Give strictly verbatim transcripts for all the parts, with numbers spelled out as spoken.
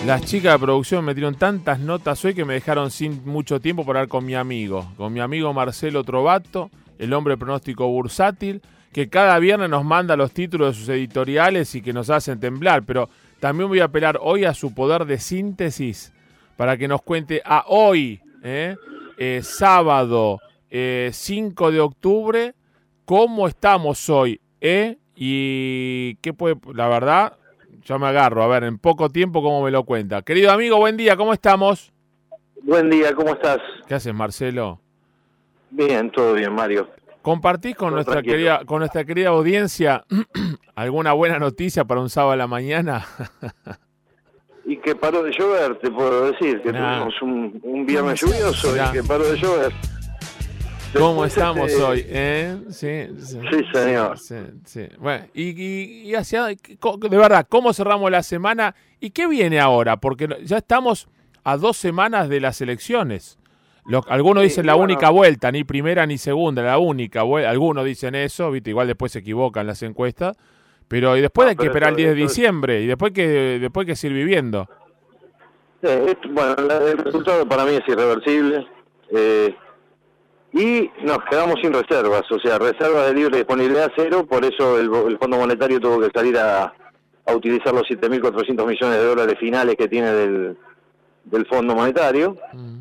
Las chicas de producción me dieron tantas notas hoy que me dejaron sin mucho tiempo para hablar con mi amigo, con mi amigo Marcelo Trovato, el hombre pronóstico bursátil, que cada viernes nos manda los títulos de sus editoriales y que nos hacen temblar, pero también voy a apelar hoy a su poder de síntesis para que nos cuente a hoy, eh, eh, sábado eh, cinco de octubre, cómo estamos hoy, eh, y qué puede, la verdad... Yo me agarro, a ver, en poco tiempo, ¿cómo me lo cuenta? Querido amigo, buen día, ¿cómo estamos? Buen día, ¿cómo estás? ¿Qué haces, Marcelo? Bien, todo bien, Mario. ¿Compartís con Todo nuestra tranquilo. querida, con nuestra querida audiencia alguna buena noticia para un sábado a la mañana? Y que paró de llover, te puedo decir, que Nah. tuvimos un, un viernes lluvioso Nah. y que paró de llover. ¿Cómo Después, estamos este, hoy? ¿Eh? Sí, sí, Sí, señor. Sí, sí. Bueno, y, y, y hacia, de verdad, ¿cómo cerramos la semana? ¿Y qué viene ahora? Porque ya estamos a dos semanas de las elecciones. Los, algunos Sí, dicen y la bueno. única vuelta, ni primera ni segunda, la única vuelta. Algunos dicen eso, ¿viste? Igual después se equivocan las encuestas. Pero y después No, hay que pero esperar el eso- diez de eso es- diciembre y después que después hay que seguir viviendo. eh, esto- bueno, la- el resultado para mí es irreversible. Eh, y nos quedamos sin reservas, o sea, reservas de libre disponibilidad cero, por eso el, el Fondo Monetario tuvo que salir a, a utilizar los siete mil cuatrocientos millones de dólares finales que tiene del, del Fondo Monetario.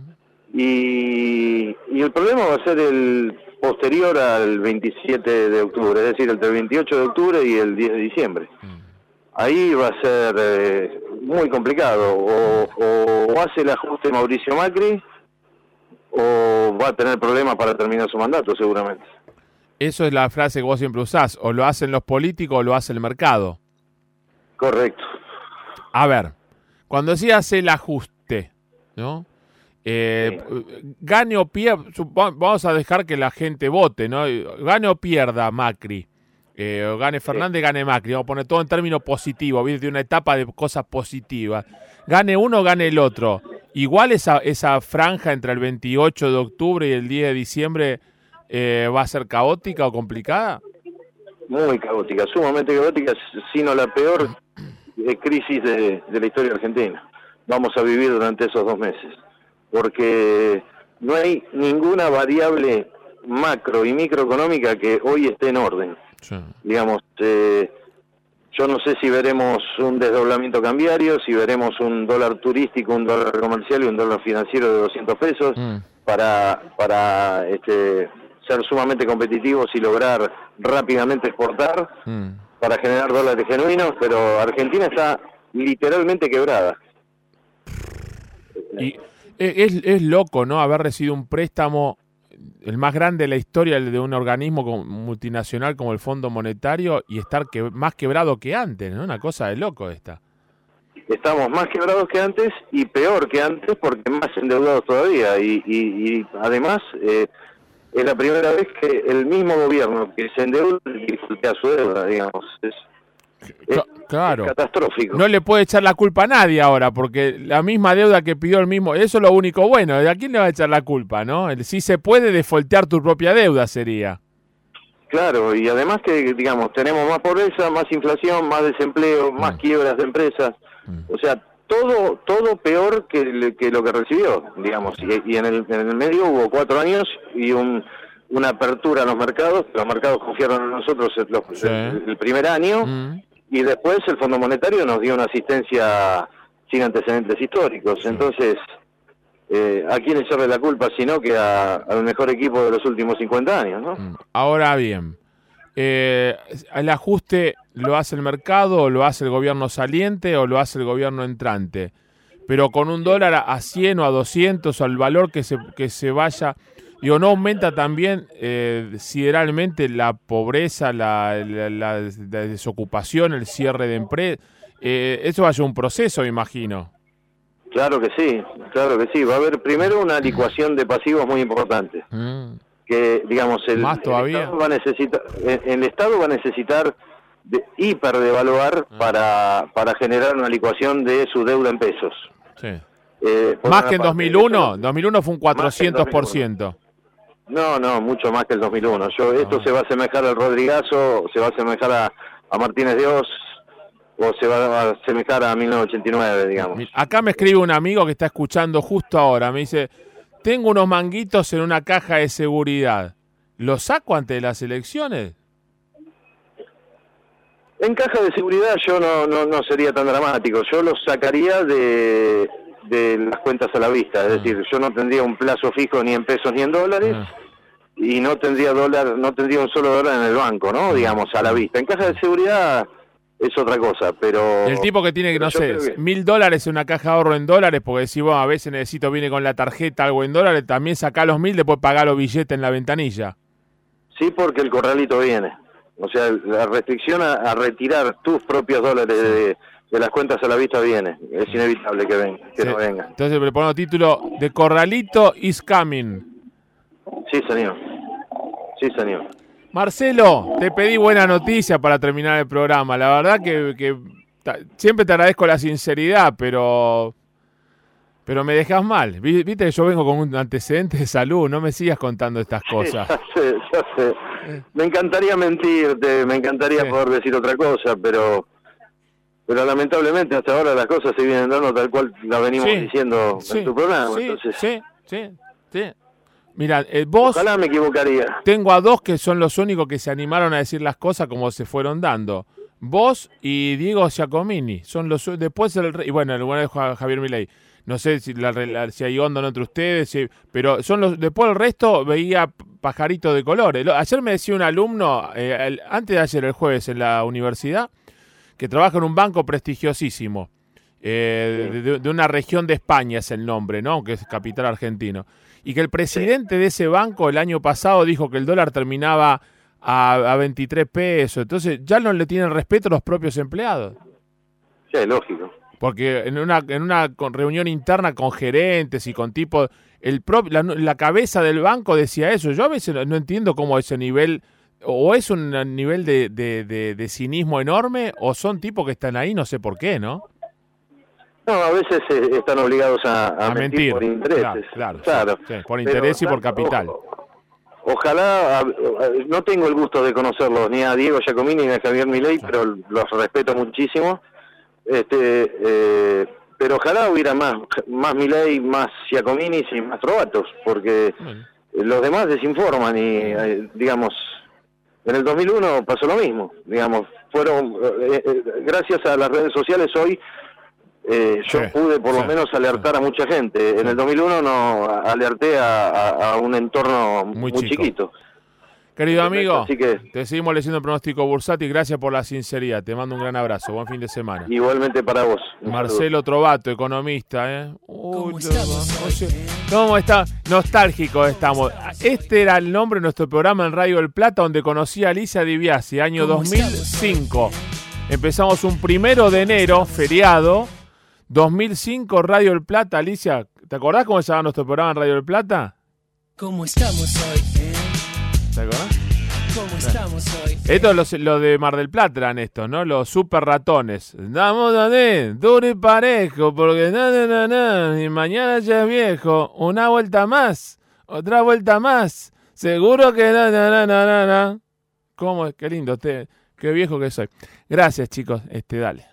Y, y el problema va a ser el posterior al veintisiete de octubre, es decir, entre el veintiocho de octubre y el diez de diciembre. Ahí va a ser eh, muy complicado, o, o hace el ajuste Mauricio Macri, o va a tener problemas para terminar su mandato, seguramente. Eso es la frase que vos siempre usás, o lo hacen los políticos o lo hace el mercado. Correcto. A ver, cuando decías el ajuste, ¿no? Eh, gane o pierda, vamos a dejar que la gente vote, ¿no? Gane o pierda Macri, eh, o gane Fernández, gane Macri, vamos a poner todo en términos positivos, ¿viste? De una etapa de cosas positivas. Gane uno, gane el otro. Igual esa, esa franja entre el veintiocho de octubre y el diez de diciembre eh, va a ser caótica o complicada. Muy caótica, sumamente caótica, sino la peor eh, crisis de, de la historia argentina. Vamos a vivir durante esos dos meses. Porque no hay ninguna variable macro y microeconómica que hoy esté en orden. Sí. Digamos, eh, yo no sé si veremos un desdoblamiento cambiario, si veremos un dólar turístico, un dólar comercial y un dólar financiero de doscientos pesos Mm. para para este, ser sumamente competitivos y lograr rápidamente exportar Mm. para generar dólares genuinos, pero Argentina está literalmente quebrada. Y es, es loco, ¿no? Haber recibido un préstamo, el más grande de la historia de un organismo como- multinacional como el Fondo Monetario, y estar que, más quebrado que antes, ¿no? Una cosa de loco esta. Estamos más quebrados que antes y peor que antes porque más endeudados todavía. Y, y, y además eh, es la primera vez que el mismo gobierno que se endeuda a su deuda, digamos. Es, es, Cla- claro. es catastrófico. No le puede echar la culpa a nadie ahora, porque la misma deuda que pidió el mismo, eso es lo único bueno. ¿A quién le va a echar la culpa, no? El, si se puede defoltear tu propia deuda sería. Claro, y además que, digamos, tenemos más pobreza, más inflación, más desempleo, más Mm. quiebras de empresas. Mm. O sea, todo todo peor que, le- que lo que recibió, digamos. Y, y en, el, en el medio hubo cuatro años y un, una apertura a los mercados. Los mercados confiaron en nosotros el, los- Sí. el- el primer año. Mm. Y después el Fondo Monetario nos dio una asistencia sin antecedentes históricos. Sí. Entonces, eh, ¿a quién echarle la culpa sino que a- al mejor equipo de los últimos cincuenta años, no? Mm. Ahora bien, eh, ¿el ajuste lo hace el mercado, o lo hace el gobierno saliente, o lo hace el gobierno entrante? Pero con un dólar a- a cien o a doscientos, o al valor que se, que se vaya... Digo, ¿no aumenta también eh, sideralmente la pobreza, la, la, la- la desocupación, el cierre de empresas? Eh, eso va a ser un proceso, me imagino. Claro que sí, claro que sí. Va a haber primero una licuación de pasivos muy importante. Mm. Que, digamos, el, Más el todavía. Estado va a necesitar, el, el Estado va a necesitar de hiperdevaluar Ah. para, para generar una licuación de su deuda en pesos. Sí. Eh, por ¿Más una que en parte. dos mil uno? Eso- dos mil uno fue un Más que en cuatrocientos por ciento. No, no, mucho más que el dos mil uno. Yo, esto Ah. se va a asemejar al Rodrigazo, se va a asemejar a, a Martínez de Oz, o se va a asemejar a mil novecientos ochenta y nueve, digamos. Acá me escribe un amigo que está escuchando justo ahora, me dice, tengo unos manguitos en una caja de seguridad, ¿los saco antes de las elecciones? En caja de seguridad yo no, no, no sería tan dramático, yo los sacaría de, de las cuentas a la vista, es ah. decir, yo no tendría un plazo fijo ni en pesos ni en dólares, ah. y no tendría dólar, no tendría un solo dólar en el banco, ¿no? Ah. Digamos, a la vista. En caja de seguridad es otra cosa, pero... El tipo que tiene, no sé, que... mil dólares en una caja de ahorro en dólares, porque si vos a veces necesito, viene con la tarjeta algo en dólares, también sacá los mil, después pagá los billetes en la ventanilla. Sí, porque el corralito viene. O sea, la restricción a, a retirar tus propios dólares sí. de, de las cuentas a la vista viene. Es inevitable que, ven, que sí. no venga. Entonces le pongo título, de corralito is coming. Sí, señor. Sí, señor. Marcelo, te pedí buena noticia para terminar el programa. La verdad que, que ta, siempre te agradezco la sinceridad, pero pero me dejas mal. Viste que yo vengo con un antecedente de salud, no me sigas contando estas cosas. Sí, ya sé, ya sé. Me encantaría mentirte, me encantaría sí. poder decir otra cosa, pero pero lamentablemente hasta ahora las cosas se vienen dando tal cual la venimos sí, diciendo sí, en tu programa. Sí, entonces... sí, sí, sí. Mira, eh, vos... Ojalá me equivocaría. Tengo a dos que son los únicos que se animaron a decir las cosas como se fueron dando. Vos y Diego Giacomini. Son los después el y bueno, el lugar de Javier Milei. No sé si, la, la, si hay onda entre ustedes, si, pero son los después el resto veía pajaritos de colores. Ayer me decía un alumno, eh, el, antes de ayer, el jueves, en la universidad, que trabaja en un banco prestigiosísimo. Eh, sí. de, de una región de España es el nombre, ¿no? Que es capital argentino. Y que el presidente de ese banco el año pasado dijo que el dólar terminaba a, a veintitrés pesos. Entonces ya no le tienen respeto a los propios empleados. Sí, es lógico. Porque en una en una reunión interna con gerentes y con tipos, el pro, la, la cabeza del banco decía eso. Yo a veces no, no entiendo cómo ese nivel, o es un nivel de, de, de, de cinismo enorme, o son tipos que están ahí, no sé por qué, ¿no? No, a veces eh, están obligados a, a, a mentir, mentir por intereses. Claro, claro, claro. Sí, sí, por interés Pero, y por capital. O, ojalá, a, a, no tengo el gusto de conocerlos, ni a Diego Giacomini ni a Javier Milei, claro. pero los respeto muchísimo. Este, eh, pero ojalá hubiera más, más Milei, más Giacomini y más Trovatos, porque bueno. los demás desinforman y, eh, digamos, en el dos mil uno pasó lo mismo, digamos, fueron, eh, eh, gracias a las redes sociales hoy, Eh, yo sí, pude por sí, lo menos alertar sí. a mucha gente. Sí. En el dos mil uno no alerté a, a, a un entorno muy, muy chico. chiquito. Querido amigo, Así que, te seguimos leyendo el pronóstico bursátil. Gracias por la sinceridad. Te mando un gran abrazo. Buen fin de semana. Igualmente para vos. Marcelo Trovato, economista. ¿eh? Uy, ¿Cómo estamos? Oye, ¿cómo está? Nostálgico estamos. Este era el nombre de nuestro programa en Radio del Plata, donde conocí a Alicia Di Biasi, año dos mil cinco. Empezamos un primero de enero, feriado. dos mil cinco, Radio del Plata. Alicia, ¿te acordás cómo se llama nuestro programa en Radio del Plata? ¿Cómo estamos hoy? Eh? ¿Te acordás? ¿Cómo estamos hoy? Esto es lo, lo de Mar del Plata eran estos, ¿no? Los super ratones. Damos a ver, duro y parejo, porque na, na, na, na, y mañana ya es viejo. Una vuelta más, otra vuelta más. Seguro que na, na, na, na, na. ¿Cómo? Qué lindo, te, qué viejo que soy. Gracias, chicos. Este, dale.